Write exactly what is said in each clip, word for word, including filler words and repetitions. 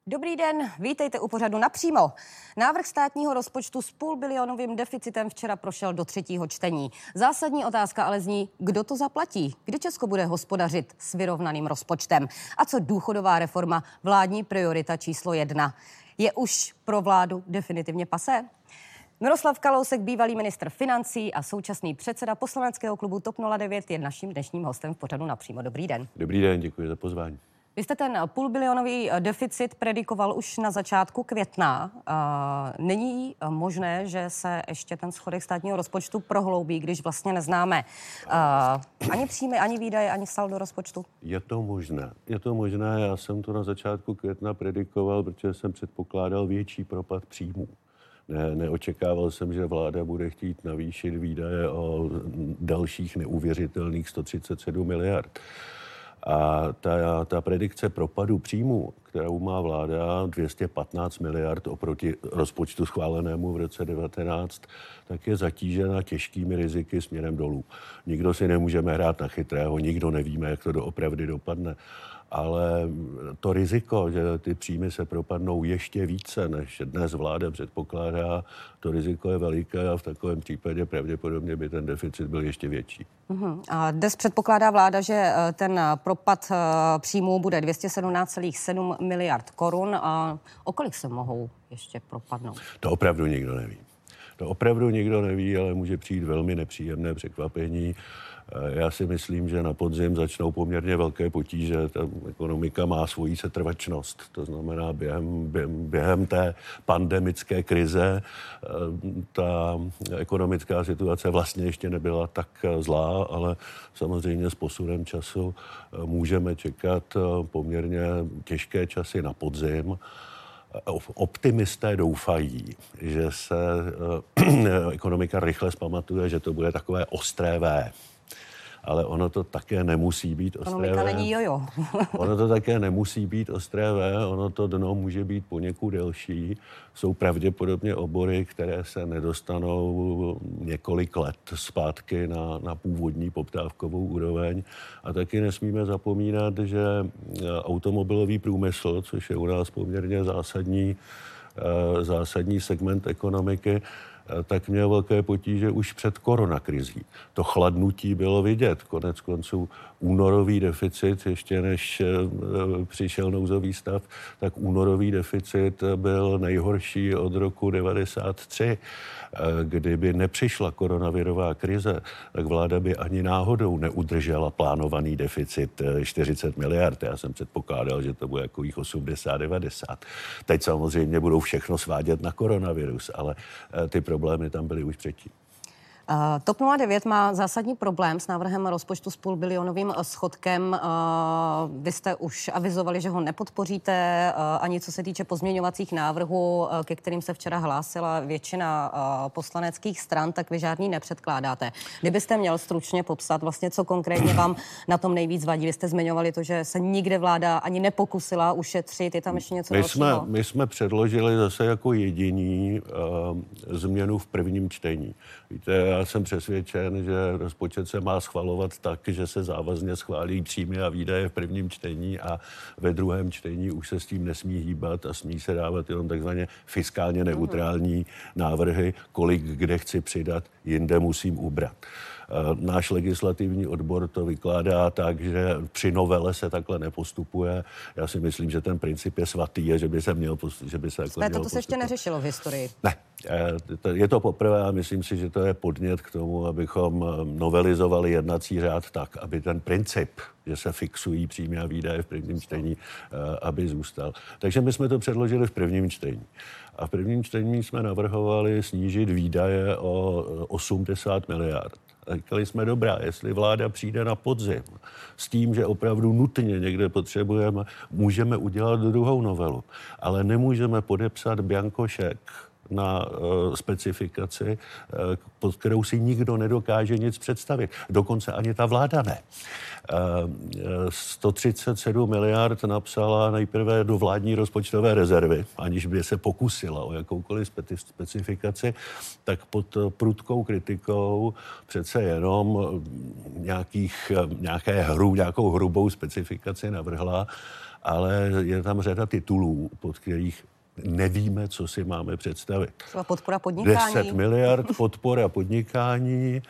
Dobrý den, vítejte u pořadu Napřímo. Návrh státního rozpočtu s půlbilionovým deficitem včera prošel do třetího čtení. Zásadní otázka ale zní, kdo to zaplatí? Kdy Česko bude hospodařit s vyrovnaným rozpočtem? A co důchodová reforma, vládní priorita číslo jedna? Je už pro vládu definitivně pasé? Miroslav Kalousek, bývalý ministr financí a současný předseda poslaneckého klubu TOP nula devět, je naším dnešním hostem v pořadu Napřímo. Dobrý den. Dobrý den, děkuji za pozvání. Vy jste ten půlbilionový deficit predikoval už na začátku května. Není možné, že se ještě ten schodek státního rozpočtu prohloubí, když vlastně neznáme ani příjmy, ani výdaje, ani saldo rozpočtu? Je to možné. Je to možné. Já jsem to na začátku května predikoval, protože jsem předpokládal větší propad příjmů. Ne, neočekával jsem, že vláda bude chtít navýšit výdaje o dalších neuvěřitelných sto třicet sedm miliard. A ta, ta predikce propadu příjmů, kterou má vláda dvě stě patnáct miliard oproti rozpočtu schválenému v roce devatenáct, tak je zatížena těžkými riziky směrem dolů. Nikdo si nemůžeme hrát na chytrého, nikdo nevíme, jak to doopravdy dopadne. Ale to riziko, že ty příjmy se propadnou ještě více, než dnes vláda předpokládá, to riziko je veliké a v takovém případě pravděpodobně by ten deficit byl ještě větší. Uhum. A dnes předpokládá vláda, že ten propad příjmů bude dvě stě sedmnáct celá sedm miliard korun. A o kolik se mohou ještě propadnout? To opravdu nikdo neví. To opravdu nikdo neví, ale může přijít velmi nepříjemné překvapení. Já si myslím, že na podzim začnou poměrně velké potíže. Ta ekonomika má svoji setrvačnost. To znamená, během, během, během té pandemické krize ta ekonomická situace vlastně ještě nebyla tak zlá, ale samozřejmě s posudem času můžeme čekat poměrně těžké časy na podzim. Optimisté doufají, že se ekonomika rychle zpamatuje, že to bude takové ostré V. Ale ono to také nemusí být ostré V. Ekonomika není jojo. Ono to také nemusí být ostré V, ono to dno může být poněkud delší. Jsou pravděpodobně obory, které se nedostanou několik let zpátky na, na původní poptávkovou úroveň. A taky nesmíme zapomínat, že automobilový průmysl, což je u nás poměrně zásadní, zásadní segment ekonomiky, tak měl velké potíže už před koronakrizí. To chladnutí bylo vidět. Konec konců únorový deficit, ještě než přišel nouzový stav, tak únorový deficit byl nejhorší od roku devadesát tři. Kdyby nepřišla koronavirová krize, tak vláda by ani náhodou neudržela plánovaný deficit čtyřicet miliard. Já jsem předpokládal, že to bude takových osmdesát devadesát. Teď samozřejmě budou všechno svádět na koronavirus, ale ty problémy tam byly už předtím. Uh, TOP nula devět má zásadní problém s návrhem rozpočtu s půlbilionovým schodkem. Uh, vy jste už avizovali, že ho nepodpoříte, uh, ani co se týče pozměňovacích návrhů, uh, ke kterým se včera hlásila většina uh, poslaneckých stran, tak vy žádný nepředkládáte. Kdybyste měl stručně popsat vlastně, co konkrétně vám na tom nejvíc vadí. Vy jste zmiňovali to, že se nikde vláda ani nepokusila ušetřit. Je tam ještě něco my dalšího? Jsme, my jsme předložili zase jako jediní uh, změnu v prvním čtení. Víte, já jsem přesvědčen, že rozpočet se má schvalovat tak, že se závazně schválí příjmy a výdaje v prvním čtení a ve druhém čtení už se s tím nesmí hýbat a smí se dávat jenom takzvaně fiskálně neutrální návrhy, kolik kde chci přidat, jinde musím ubrat. Náš legislativní odbor to vykládá tak, že při novele se takhle nepostupuje. Já si myslím, že ten princip je svatý a že by se měl postupovat. Že by se Své, to se ještě neřešilo v historii. Ne. Je to poprvé a myslím si, že to je podnět k tomu, abychom novelizovali jednací řád tak, aby ten princip, že se fixují příjmy a výdaje v prvním čtení, aby zůstal. Takže my jsme to předložili v prvním čtení. A v prvním čtení jsme navrhovali snížit výdaje o osmdesát miliard. Říkali jsme, dobrá, jestli vláda přijde na podzim s tím, že opravdu nutně někde potřebujeme, můžeme udělat druhou novelu. Ale nemůžeme podepsat bianko šek na uh, specifikaci, uh, pod kterou si nikdo nedokáže nic představit. Dokonce ani ta vláda ne. Uh, sto třicet sedm miliard napsala nejprve do vládní rozpočtové rezervy, aniž by se pokusila o jakoukoliv specifikaci, tak pod prudkou kritikou přece jenom nějakých, nějaké hru, nějakou hrubou specifikaci navrhla, ale je tam řada titulů, pod kterých nevíme, co si máme představit. Třeba podpora podnikání. deset miliard podpora podnikání.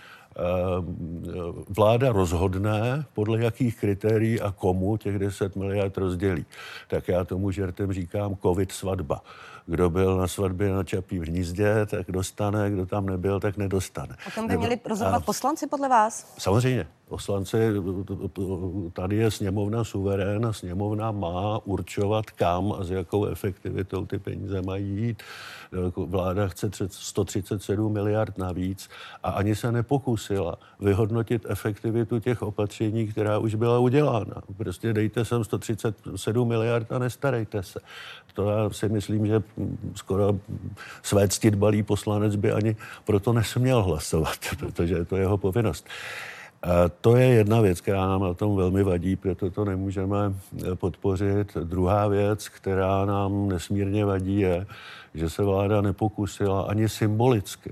Vláda rozhodne, podle jakých kritérií a komu těch deset miliard rozdělí. Tak já tomu žertem říkám covid svatba. Kdo byl na svatbě na Čapím hnízdě, tak dostane, kdo tam nebyl, tak nedostane. O tom by měli rozhodovat poslanci podle vás? Samozřejmě. Poslanci, tady je sněmovna suverén a sněmovna má určovat, kam a s jakou efektivitou ty peníze mají jít. Vláda chce sto třicet sedm miliard navíc a ani se nepokusila vyhodnotit efektivitu těch opatření, která už byla udělána. Prostě dejte sem sto třicet sedm miliard a nestarejte se. To já si myslím, že skoro své ctidbalý poslanec by ani proto nesměl hlasovat, protože je to jeho povinnost. A to je jedna věc, která nám na tom velmi vadí, proto to nemůžeme podpořit. Druhá věc, která nám nesmírně vadí, je, že se vláda nepokusila ani symbolicky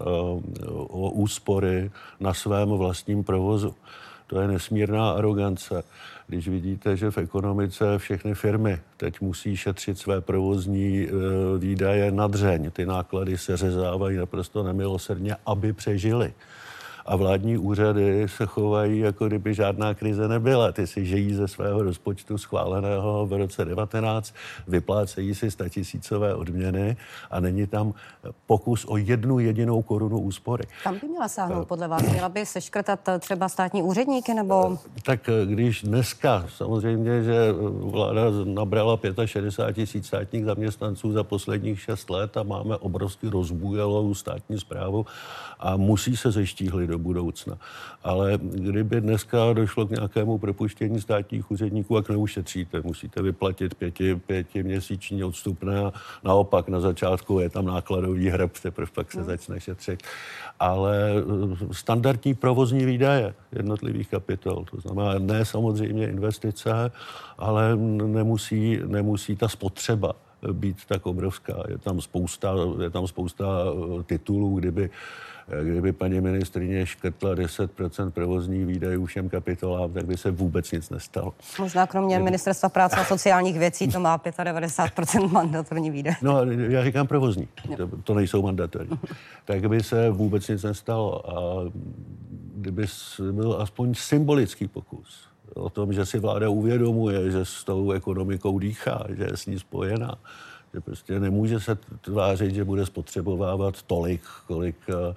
o úspory na svém vlastním provozu. To je nesmírná arogance. Když vidíte, že v ekonomice všechny firmy teď musí šetřit své provozní výdaje na dřeň, ty náklady se řezávají naprosto nemilosrdně, aby přežili. A vládní úřady se chovají, jako kdyby žádná krize nebyla. Ty si žijí ze svého rozpočtu schváleného v roce devatenáct, vyplácejí si statisícové odměny a není tam pokus o jednu jedinou korunu úspory. Kam by měla sáhnout podle vás? Měla by seškrtat třeba státní úředníky nebo... Tak když dneska samozřejmě, že vláda nabrala šedesát pět tisíc státních zaměstnanců za posledních šest let a máme obrovsky rozbujelou státní správu a musí se zeštíhlit do budoucna. Ale kdyby dneska došlo k nějakému propuštění státních úředníků, jak neušetříte, musíte vyplatit pěti, pětiměsíční odstupné a naopak na začátku je tam nákladový hreb, teprve pak se no. začne šetřit. Ale standardní provozní výdaje jednotlivých kapitol, to znamená ne samozřejmě investice, ale nemusí, nemusí ta spotřeba být tak obrovská. Je tam spousta, je tam spousta titulů, kdyby Kdyby paní ministryně škrtla deset procent provozních výdajů všem kapitolám, tak by se vůbec nic nestalo. Možná kromě Kdyby... Ministerstva práce a sociálních věcí to má devadesát pět procent mandatorní výdaje. No, já říkám provozní. To, to nejsou mandatorní. Tak by se vůbec nic nestalo. A kdyby byl aspoň symbolický pokus o tom, že si vláda uvědomuje, že s tou ekonomikou dýchá, že je s ní spojená, že prostě nemůže se tvářit, že bude spotřebovávat tolik, kolik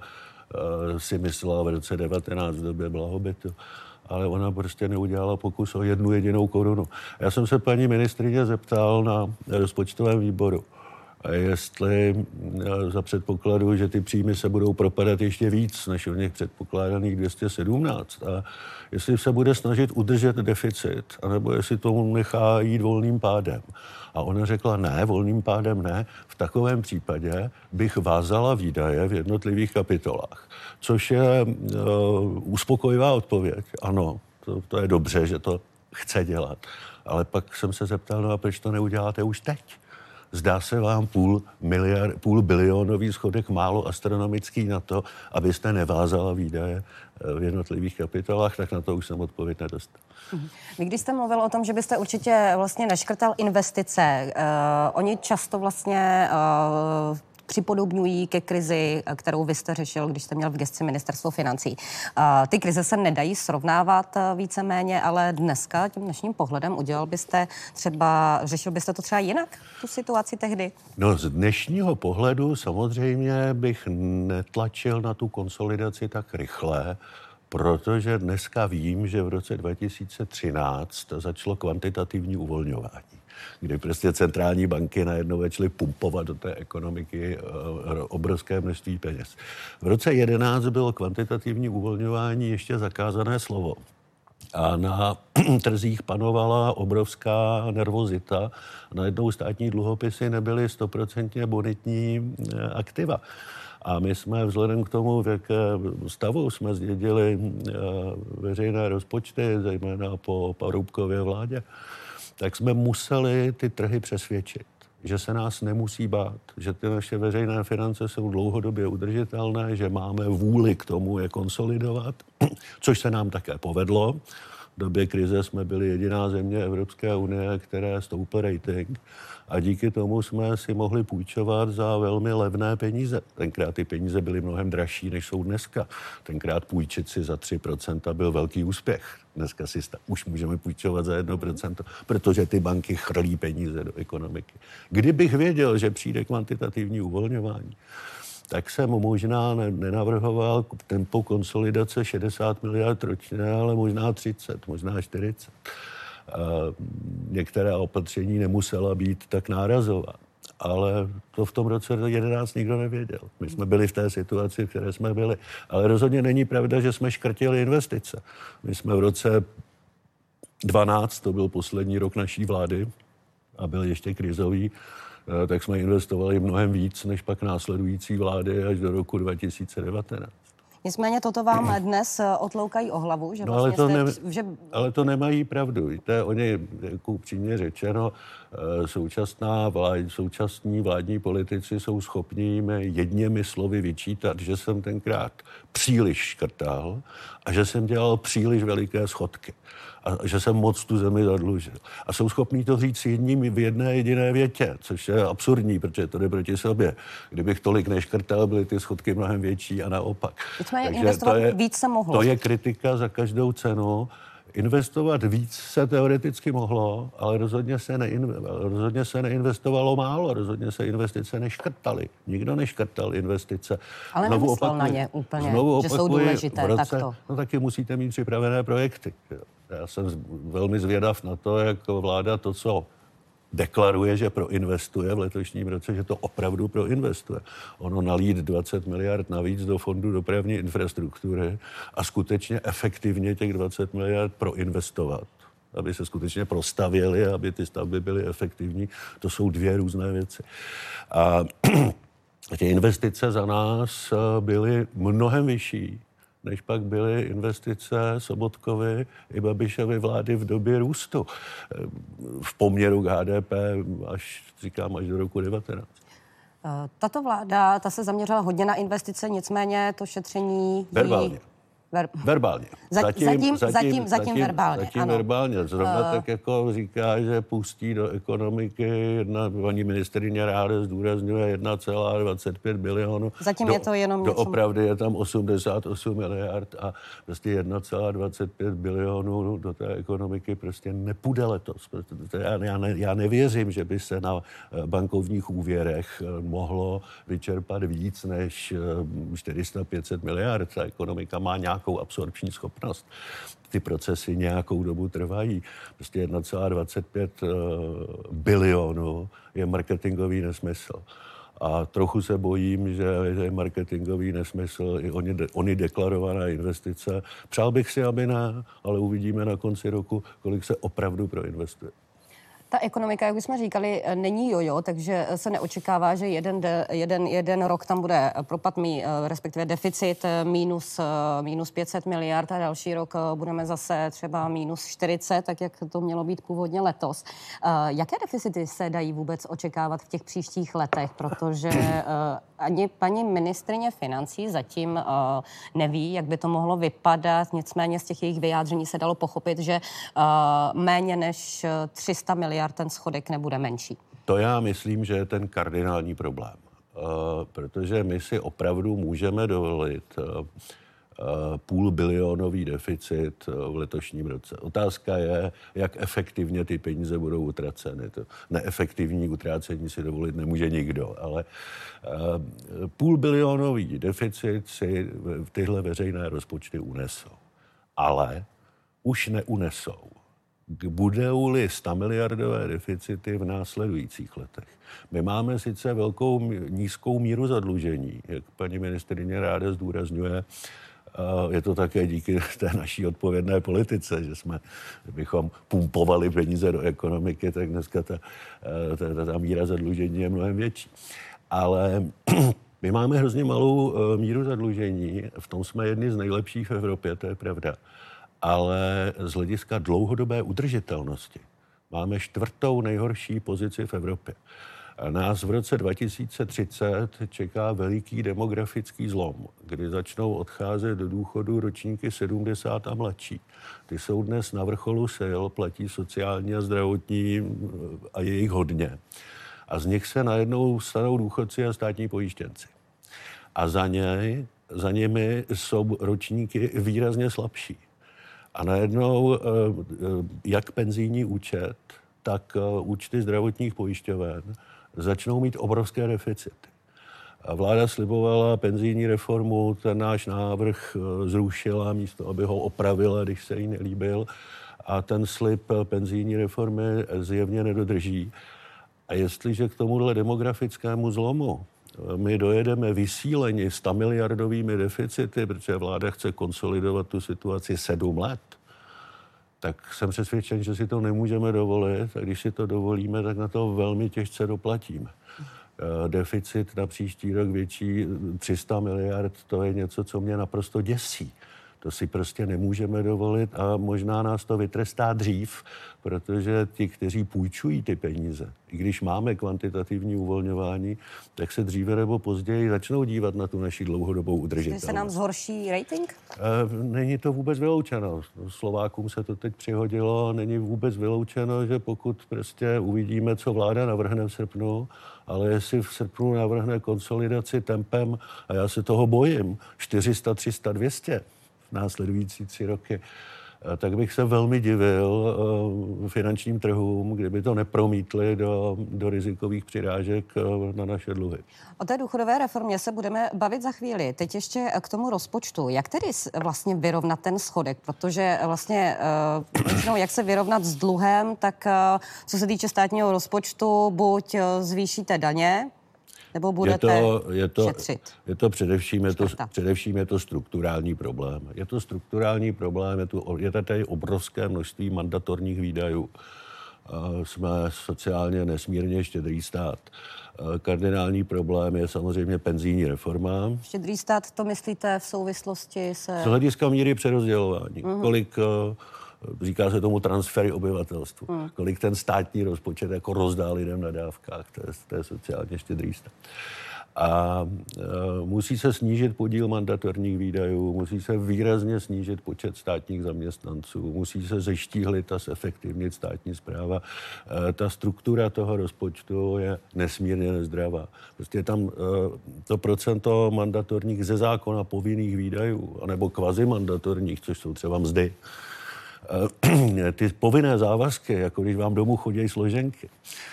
uh, si myslela v roce devatenáct v době blahobytu. Ale ona prostě neudělala pokus o jednu jedinou korunu. Já jsem se paní ministryně zeptal na rozpočtovém výboru, jestli za předpokladu, že ty příjmy se budou propadat ještě víc než o něch předpokládaných dvě stě sedmnáct. A jestli se bude snažit udržet deficit, anebo jestli tomu nechá jít volným pádem. A ona řekla, ne, volným pádem ne. V takovém případě bych vázala výdaje v jednotlivých kapitolách. Což je uh, uspokojivá odpověď. Ano, to, to je dobře, že to chce dělat. Ale pak jsem se zeptal, no a proč to neuděláte už teď? Zdá se vám půl, miliard, půl bilionový schodek málo astronomický na to, abyste nevázala výdaje v jednotlivých kapitolách, tak na to už jsem odpověď nedostal. Vy když jste mluvil o tom, že byste určitě vlastně neškrtal investice, uh, oni často vlastně uh, připodobňují ke krizi, kterou vy jste řešil, když jste měl v gesci ministerstvo financí. Ty krize se nedají srovnávat víceméně, ale dneska tím dnešním pohledem udělal byste třeba, řešil byste to třeba jinak, tu situaci tehdy? No z dnešního pohledu samozřejmě bych netlačil na tu konsolidaci tak rychle, protože dneska vím, že v roce dva tisíce třináct začalo kvantitativní uvolňování, kdy prostě centrální banky najednou začaly pumpovat do té ekonomiky obrovské množství peněz. V roce jedenáct bylo kvantitativní uvolňování ještě zakázané slovo. A na trzích panovala obrovská nervozita. Najednou státní dluhopisy nebyly stoprocentně bonitní aktiva. A my jsme vzhledem k tomu, v jakém stavu jsme zdědili veřejné rozpočty, zejména po Paroubkově vládě, tak jsme museli ty trhy přesvědčit, že se nás nemusí bát, že ty naše veřejné finance jsou dlouhodobě udržitelné, že máme vůli k tomu je konsolidovat, což se nám také povedlo. V době krize jsme byli jediná země Evropské unie, které stoupl rating a díky tomu jsme si mohli půjčovat za velmi levné peníze. Tenkrát ty peníze byly mnohem dražší, než jsou dneska. Tenkrát půjčit si za tři procenta byl velký úspěch. Dneska si sta- už můžeme půjčovat za jedno procento, protože ty banky chrlí peníze do ekonomiky. Kdybych věděl, že přijde kvantitativní uvolňování, tak jsem možná nenavrhoval tempo konsolidace šedesát miliard ročně, ale možná třicet, možná čtyřicet. Některá opatření nemusela být tak nárazová, ale to v tom roce jedenáct nikdo nevěděl. My jsme byli v té situaci, v které jsme byli. Ale rozhodně není pravda, že jsme škrtili investice. My jsme v roce dvanáct, to byl poslední rok naší vlády a byl ještě krizový, tak jsme investovali mnohem víc, než pak následující vlády až do roku dva tisíce devatenáct. Nicméně toto vám dnes otloukají o hlavu, že no, vlastně ale, to jste, ne, že... ale to nemají pravdu. Víte, oni, jako upřímně řečeno, současná vlád, současní vládní politici jsou schopní mi jedněmi slovy vyčítat, že jsem tenkrát příliš škrtal a že jsem dělal příliš veliké schodky. A že jsem moc tu zemi zadlužil. A jsou schopní to říct jedním v jedné jediné větě, což je absurdní, protože to jde proti sobě. Kdybych tolik neškrtal, byly ty schodky mnohem větší a naopak. Nicméně investovat to je, víc se mohlo. To je kritika za každou cenu. Investovat víc se teoreticky mohlo, ale rozhodně se, neinv... rozhodně se neinvestovalo málo, rozhodně se investice neškrtaly. Nikdo neškrtal investice. Ale znovu nemyslel opakuji, na ně úplně, znovu že opakuji, jsou důležité. v roce, takto. No taky musíte mít připravené projekty. Já jsem velmi zvědav na to, jak vláda to, co deklaruje, že proinvestuje v letošním roce, že to opravdu proinvestuje. Ono nalít dvacet miliard navíc do fondu dopravní infrastruktury a skutečně efektivně těch dvacet miliard proinvestovat, aby se skutečně prostavěly, aby ty stavby byly efektivní, to jsou dvě různé věci. A ty investice za nás byly mnohem vyšší, než pak byly investice Sobotkovy i Babišovy vlády v době růstu. V poměru k H D P až, říkám, až do roku devatenáct. Tato vláda, ta se zaměřila hodně na investice, nicméně to šetření... Verbálně. Ver... Verbálně. Zatím, zatím, zatím, zatím, zatím verbálně. Zatím ano. verbálně. Zrovna uh... tak jako říká, že pustí do ekonomiky, jedna, paní ministryně ráda zdůrazňuje jedna celá dvacet pět bilionu. Zatím do, je to jenom něco. Doopravdy je tam osmdesát osm miliard a prostě jedna celá dvacet pět bilionu do té ekonomiky prostě nepůjde letos. Já, já, ne, já nevěřím, že by se na bankovních úvěrech mohlo vyčerpat víc než čtyři sta pět set miliard. Ta ekonomika má nějakou absorpční schopnost. Ty procesy nějakou dobu trvají. Prostě jedna celá dvacet pět bilionu je marketingový nesmysl. A trochu se bojím, že je marketingový nesmysl i oni, oni deklarované investice. Přál bych si, aby ne, ale uvidíme na konci roku, kolik se opravdu proinvestuje. Ta ekonomika, jak už jsme říkali, není jojo, takže se neočekává, že jeden, de, jeden, jeden rok tam bude propad, mí, respektive deficit minus, minus pět set miliard a další rok budeme zase třeba minus čtyřicet, tak jak to mělo být původně letos. Jaké deficity se dají vůbec očekávat v těch příštích letech, protože ani paní ministryně financí zatím neví, jak by to mohlo vypadat, nicméně z těch jejich vyjádření se dalo pochopit, že méně než tři sta miliard ten schodek nebude menší. To já myslím, že je ten kardinální problém. Uh, protože my si opravdu můžeme dovolit uh, uh, půl bilionový deficit v letošním roce. Otázka je, jak efektivně ty peníze budou utraceny. To neefektivní utrácení si dovolit nemůže nikdo, ale uh, půl bilionový deficit si tyhle veřejné rozpočty unesou. Ale už neunesou. Budou-li stamiliardové deficity v následujících letech. My máme sice velkou nízkou míru zadlužení, jak paní ministryně ráda zdůrazňuje, Je to také díky té naší odpovědné politice, že jsme, bychom pumpovali peníze do ekonomiky, tak dneska ta, ta, ta míra zadlužení je mnohem větší. Ale my máme hrozně malou míru zadlužení, v tom jsme jedni z nejlepších v Evropě, to je pravda. Ale z hlediska dlouhodobé udržitelnosti máme čtvrtou nejhorší pozici v Evropě. A nás v roce dva tisíce třicet čeká veliký demografický zlom, kdy začnou odcházet do důchodu ročníky sedmdesát a mladší. Ty jsou dnes na vrcholu sil, platí sociální a zdravotní a je jich hodně. A z nich se najednou stanou důchodci a státní pojištěnci. A za něj, za nimi jsou ročníky výrazně slabší. A najednou jak penzijní účet, tak účty zdravotních pojišťoven začnou mít obrovské deficity. A vláda slibovala penzijní reformu, ten náš návrh zrušila místo, aby ho opravila, když se jí nelíbil. A ten slib penzijní reformy zjevně nedodrží. A jestliže k tomuhle demografickému zlomu my dojedeme vysíleni sto miliardovými deficity, protože vláda chce konsolidovat tu situaci sedm let, tak jsem přesvědčen, že si to nemůžeme dovolit a když si to dovolíme, tak na to velmi těžce doplatíme. Deficit na příští rok větší tři sta miliard, to je něco, co mě naprosto děsí. To si prostě nemůžeme dovolit a možná nás to vytrestá dřív, protože ti, kteří půjčují ty peníze, i když máme kvantitativní uvolňování, tak se dříve nebo později začnou dívat na tu naši dlouhodobou udržitelnost. Že se nám zhorší rating? Není to vůbec vyloučeno. Slovákům se to teď přihodilo. Není vůbec vyloučeno, že pokud prostě uvidíme, co vláda navrhne v srpnu, ale jestli v srpnu navrhne konsolidaci tempem, a já se toho bojím, čtyři sta, tři sta, dvě stě v následující tři roky, tak bych se velmi divil finančním trhům, kdyby to nepromítli do, do rizikových přirážek na naše dluhy. O té důchodové reformě se budeme bavit za chvíli. Teď ještě k tomu rozpočtu. Jak tedy vlastně vyrovnat ten schodek? Protože vlastně většinou, jak se vyrovnat s dluhem, tak co se týče státního rozpočtu, buď zvýšíte daně, nebo budete je to, je to, šetřit? Je to především, je to, především je to strukturální problém. Je to strukturální problém, je, tu, je tady obrovské množství mandatorních výdajů. Jsme sociálně nesmírně štědrý stát. Kardinální problém je samozřejmě penzijní reforma. Štědrý stát, to myslíte v souvislosti se... Z hlediska míry přerozdělování. Mm-hmm. Kolik... Říká se tomu transfery obyvatelstvu. Hmm. Kolik ten státní rozpočet jako rozdá lidem na dávkách, to je, to je sociálně štědrý stát. A e, musí se snížit podíl mandatorních výdajů, musí se výrazně snížit počet státních zaměstnanců, musí se zeštíhlit a zefektivnit státní správa. E, ta struktura toho rozpočtu je nesmírně nezdravá. Prostě tam e, to procento mandatorních ze zákona povinných výdajů, anebo kvazimandatorních, což jsou třeba mzdy, ty povinné závazky, jako když vám domů chodí složenky,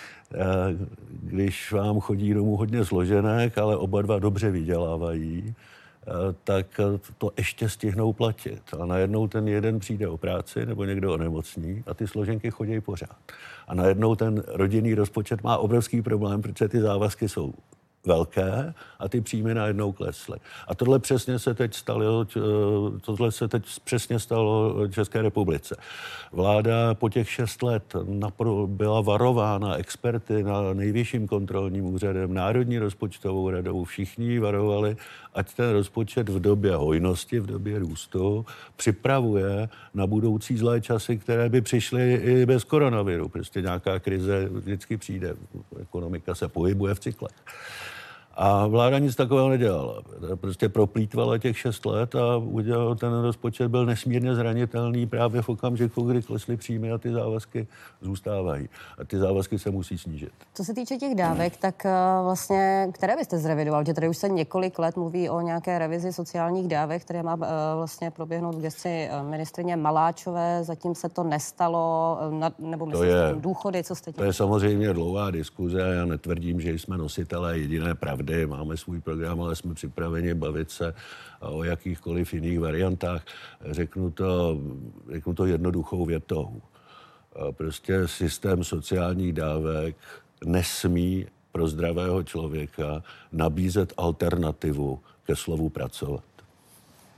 když vám chodí domů hodně složenek, ale oba dva dobře vydělávají, tak to ještě stihnou platit. A najednou ten jeden přijde o práci nebo někdo onemocní a ty složenky chodí pořád. A najednou ten rodinný rozpočet má obrovský problém, protože ty závazky jsou velké a ty příjmy najednou klesly. A tohle přesně se teď stalo, tohle se teď přesně stalo České republice. Vláda po těch šest let byla varována experty na Nejvyšším kontrolním úřadem, Národní rozpočtovou radou, všichni varovali, ať ten rozpočet v době hojnosti, v době růstu připravuje na budoucí zlé časy, které by přišly i bez koronaviru. Prostě nějaká krize vždycky přijde. Ekonomika se pohybuje v cyklech. A vláda nic takového nedělala. Prostě proplýtvala těch šest let a udělal, ten rozpočet byl nesmírně zranitelný právě v okamžiku, kdy klesly příjmy a ty závazky zůstávají. A ty závazky se musí snížit. Co se týče těch dávek, tak vlastně, které byste zrevidoval? Že tady už se několik let mluví o nějaké revizi sociálních dávek, které má vlastně proběhnout v gesci ministryně Maláčové. Zatím se to nestalo, nebo myslím, důchody, co jste tím? To je samozřejmě dlouhá diskuze. Já netvrdím, že jsme nositelé jediné pravdy. Máme svůj program, ale jsme připraveni bavit se o jakýchkoliv jiných variantách. Řeknu to, řeknu to jednoduchou větou. Prostě systém sociálních dávek nesmí pro zdravého člověka nabízet alternativu ke slovu pracovat.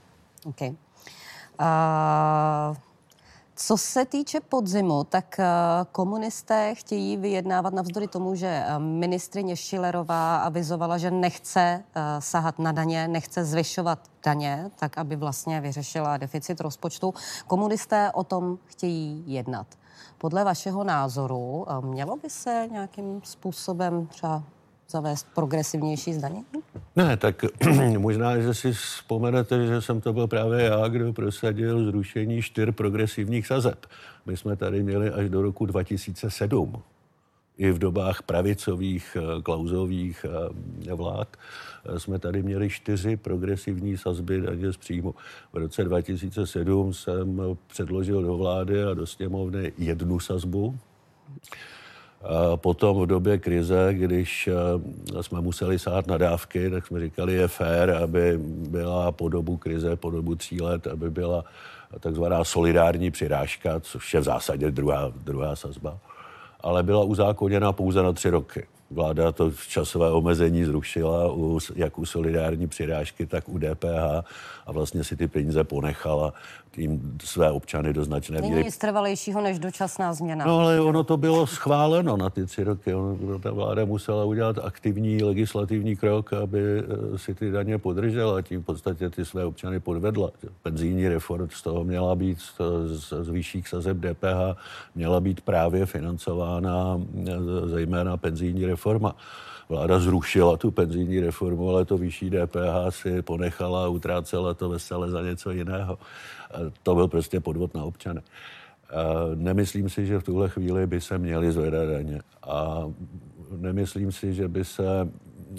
Okay. Uh... Co se týče podzimu, tak komunisté chtějí vyjednávat navzdory tomu, že ministryně Schillerová avizovala, že nechce sahat na daně, nechce zvyšovat daně, tak aby vlastně vyřešila deficit rozpočtu. Komunisté o tom chtějí jednat. Podle vašeho názoru mělo by se nějakým způsobem třeba zavést progresivnější zdanění? Ne, tak možná, že si vzpomenete, že jsem to byl právě já, kdo prosadil zrušení čtyř progresivních sazeb. My jsme tady měli až do roku dva tisíce sedm. I v dobách pravicových, klauzových vlád jsme tady měli čtyři progresivní sazby daně z příjmu. V roce dva tisíce sedm jsem předložil do vlády a do sněmovny jednu sazbu. A potom v době krize, když jsme museli sahat na dávky, tak jsme říkali, je fér, aby byla po dobu krize, po dobu tří let, aby byla takzvaná solidární přirážka, což je v zásadě druhá, druhá sazba, ale byla uzákoněna pouze na tři roky. Vláda to časové omezení zrušila u, jak u solidární přirážky, tak u D P H a vlastně si ty peníze ponechala tím své občany do značné míry. Není nic trvalejšího než dočasná změna. No ale ono to bylo schváleno na ty tři roky. Ono, ta vláda musela udělat aktivní legislativní krok, aby si ty daně podržela. Tím v podstatě ty své občany podvedla. Penzijní reforma z toho měla být, z, z vyšších sazeb D P H, měla být právě financována zejména penzijní reforma. Vláda zrušila tu penzijní reformu, ale to vyšší D P H si ponechala a utrácela to vesele za něco jiného. To byl prostě podvod na občany. Nemyslím si, že v tuhle chvíli by se měly zvedat daně. A nemyslím si, že by se...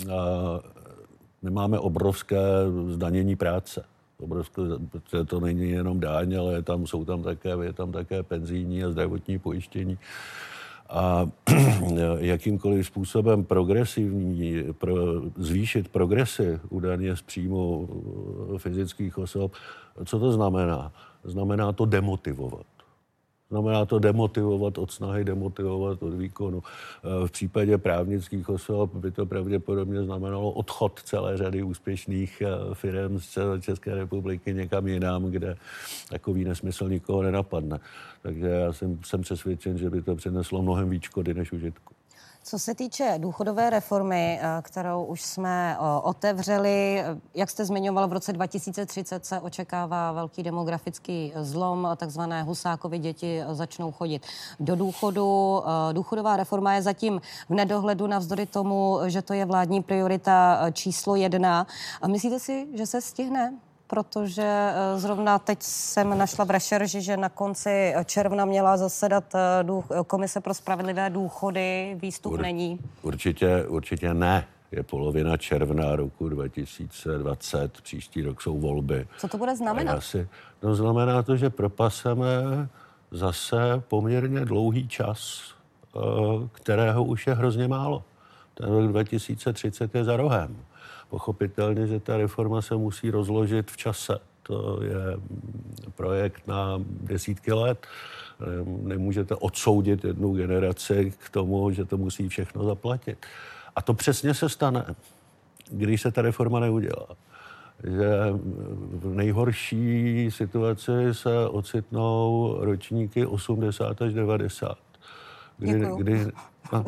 My máme obrovské zdanění práce. Obrovské, protože to není jenom daň, ale je tam, jsou tam také, je tam také penzijní a zdravotní pojištění. A jakýmkoliv způsobem progresivní, pro, zvýšit progresy u daně z příjmu fyzických osob, co to znamená? Znamená to demotivovat. Znamená to demotivovat od snahy, demotivovat od výkonu. V případě právnických osob by to pravděpodobně znamenalo odchod celé řady úspěšných firem z České republiky někam jinam, kde takový nesmysl nikoho nenapadne. Takže já jsem, jsem přesvědčen, že by to přineslo mnohem víc škody než užitku. Co se týče důchodové reformy, kterou už jsme otevřeli, jak jste zmiňoval, v roce dva tisíce třicet se očekává velký demografický zlom, takzvané Husákovy děti začnou chodit do důchodu. Důchodová reforma je zatím v nedohledu navzdory tomu, že to je vládní priorita číslo jedna. A myslíte si, že se stihne? Protože zrovna teď jsem našla v rešerži, že na konci června měla zasedat Komise pro spravedlivé důchody. Výstup Ur, není. Určitě, určitě ne. Je polovina června roku dva tisíce dvacet. Příští rok jsou volby. Co to bude znamenat? Si, no znamená to, že propaseme zase poměrně dlouhý čas, kterého už je hrozně málo. Ten rok dva tisíce třicet je za rohem. Pochopitelně, že ta reforma se musí rozložit v čase. To je projekt na desítky let. Nemůžete odsoudit jednu generaci k tomu, že to musí všechno zaplatit. A to přesně se stane, když se ta reforma neudělá. Že v nejhorší situaci se ocitnou ročníky osmdesát až devadesát. Kdy, kdy, no,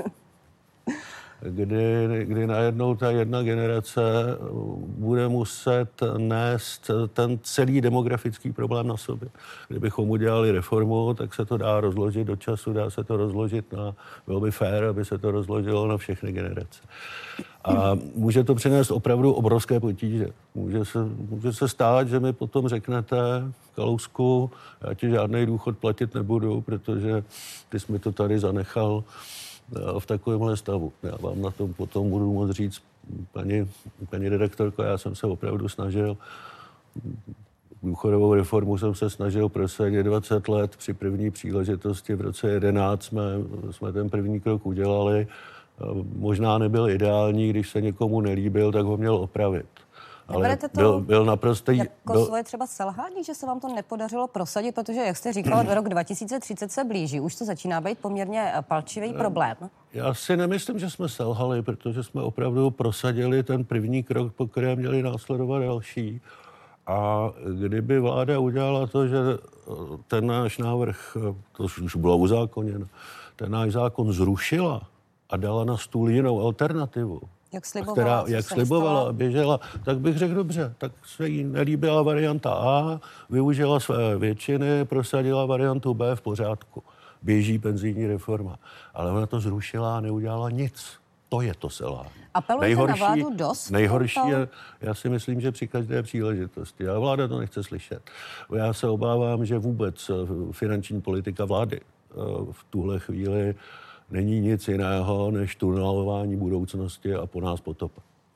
Kdy, kdy najednou ta jedna generace bude muset nést ten celý demografický problém na sobě. Kdybychom udělali reformu, tak se to dá rozložit do času, dá se to rozložit na, bylo by fér, aby se to rozložilo na všechny generace. A může to přinést opravdu obrovské potíže. Může se, může se stát, že mi potom řeknete, Kalousku, já ti žádný důchod platit nebudu, protože ty jsi mi to tady zanechal v takovémhle stavu. Já vám na tom potom budu moct říct, paní, paní redaktorko, já jsem se opravdu snažil, důchodovou reformu jsem se snažil prosadit dvacet let, při první příležitosti v roce jedenáct jsme, jsme ten první krok udělali. Možná nebyl ideální, když se někomu nelíbil, tak ho měl opravit. Ale to byl, byl naprosto... jako byl... svoje třeba selhání, že se vám to nepodařilo prosadit, protože, jak jste říkal, rok dva tisíce třicet se blíží. Už to začíná být poměrně palčivý problém. Já si nemyslím, že jsme selhali, protože jsme opravdu prosadili ten první krok, po kterém měli následovat další. A kdyby vláda udělala to, že ten náš návrh, to už bylo uzákoněno, ten náš zákon zrušila a dala na stůl jinou alternativu, jak slibovala, která, jak slibovala a běžela, tak bych řekl dobře, tak se jí nelíbila varianta A, využila své většiny, prosadila variantu B, v pořádku. Běží penzijní reforma. Ale ona to zrušila a neudělala nic. To je to selhání. Apelujete na vládu dost? Nejhorší je, já si myslím, že při každé příležitosti, a vláda to nechce slyšet. Já se obávám, že vůbec finanční politika vlády v tuhle chvíli není nic jiného, než tunelování budoucnosti a po nás potop.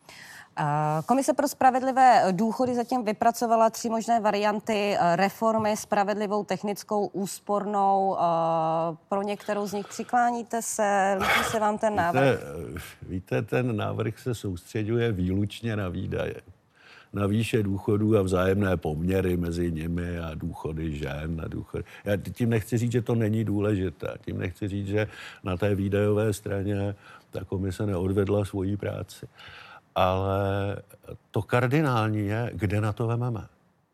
Komise pro spravedlivé důchody zatím vypracovala tři možné varianty reformy, spravedlivou, technickou, úspornou. Pro některou z nich přikláníte se? Líbí se vám ten návrh? Víte, víte, ten návrh se soustředuje výlučně na výdaje. Na výše důchodů a vzájemné poměry mezi nimi a důchody žen a důchody. Já tím nechci říct, že to není důležité. Tím nechci říct, že na té výdajové straně ta komise neodvedla svoji práci. Ale to kardinální je, kde na to vememe.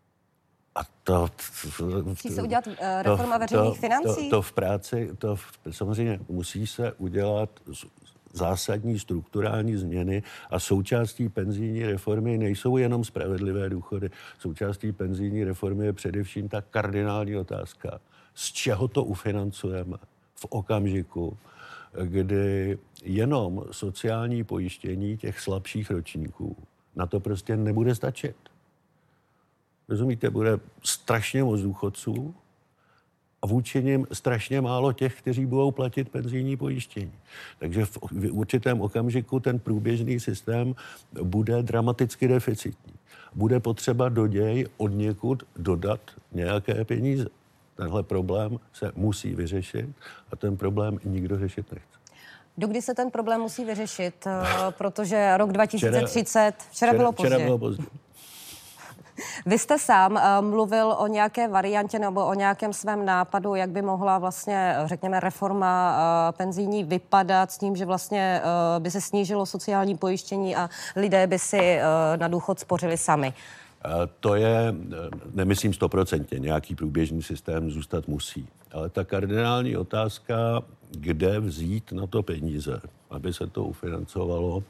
A to... Musí se udělat uh, reforma to, veřejných to, financí? To, to v práci, to v, samozřejmě musí se udělat zásadní strukturální změny a součástí penzijní reformy nejsou jenom spravedlivé důchody. Součástí penzijní reformy je především ta kardinální otázka, z čeho to ufinancujeme v okamžiku, kdy jenom sociální pojištění těch slabších ročníků na to prostě nebude stačit. Rozumíte, bude strašně moc důchodců a vůči nim strašně málo těch, kteří budou platit penzijní pojištění. Takže v určitém okamžiku ten průběžný systém bude dramaticky deficitní. Bude potřeba do děj od někud dodat nějaké peníze. Tenhle problém se musí vyřešit a ten problém nikdo řešit nechce. Dokdy se ten problém musí vyřešit? Protože rok dva tisíce třicet, včera, včera bylo pozdě. Včera bylo pozdě. Vy jste sám uh, mluvil o nějaké variantě nebo o nějakém svém nápadu, jak by mohla vlastně, řekněme, reforma uh, penzijní vypadat s tím, že vlastně uh, by se snížilo sociální pojištění a lidé by si uh, na důchod spořili sami. To je, nemyslím stoprocentně, nějaký průběžný systém zůstat musí. Ale ta kardinální otázka, kde vzít na to peníze, aby se to ufinancovalo,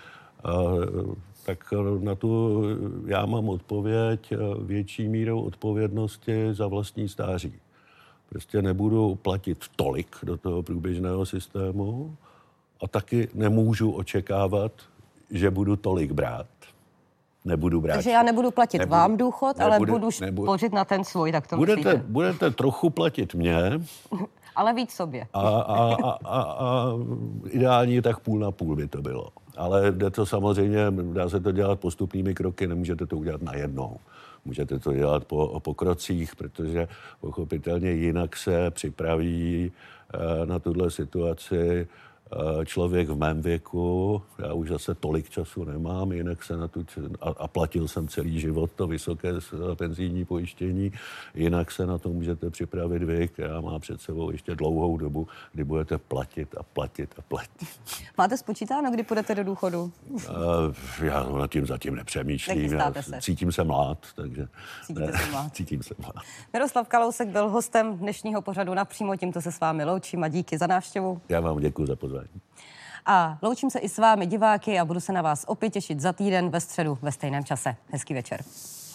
tak na tu já mám odpověď větší mírou odpovědnosti za vlastní stáří. Prostě nebudu platit tolik do toho průběžného systému a taky nemůžu očekávat, že budu tolik brát. Nebudu brát. Takže já nebudu platit nebudu, vám důchod, nebudu, ale budu nebudu, spořit na ten svůj, tak to budete, myslíte? budete trochu platit mě. Ale víc sobě. A, a, a, a, a ideální tak půl na půl by to bylo. Ale jde to samozřejmě, dá se to dělat postupnými kroky, nemůžete to udělat najednou. Můžete to dělat po, po krocích, protože pochopitelně jinak se připraví na tuhle situaci člověk v mém věku, já už zase tolik času nemám, jinak se na tu, a, a platil jsem celý život to vysoké penzijní pojištění, jinak se na to můžete připravit vy, která má před sebou ještě dlouhou dobu, kdy budete platit a platit a platit. Máte spočítáno, kdy půjdete do důchodu? Uh, já nad tím zatím nepřemýšlím, já se. cítím se mlád, takže Cítíte se mlád. cítím se mlád. Miroslav Kalousek byl hostem dnešního pořadu Napřímo, tímto se s vámi loučím a díky za návštěvu. Já vám děkuji za pozvání. A loučím se i s vámi diváky a budu se na vás opět těšit za týden ve středu ve stejném čase. Hezký večer.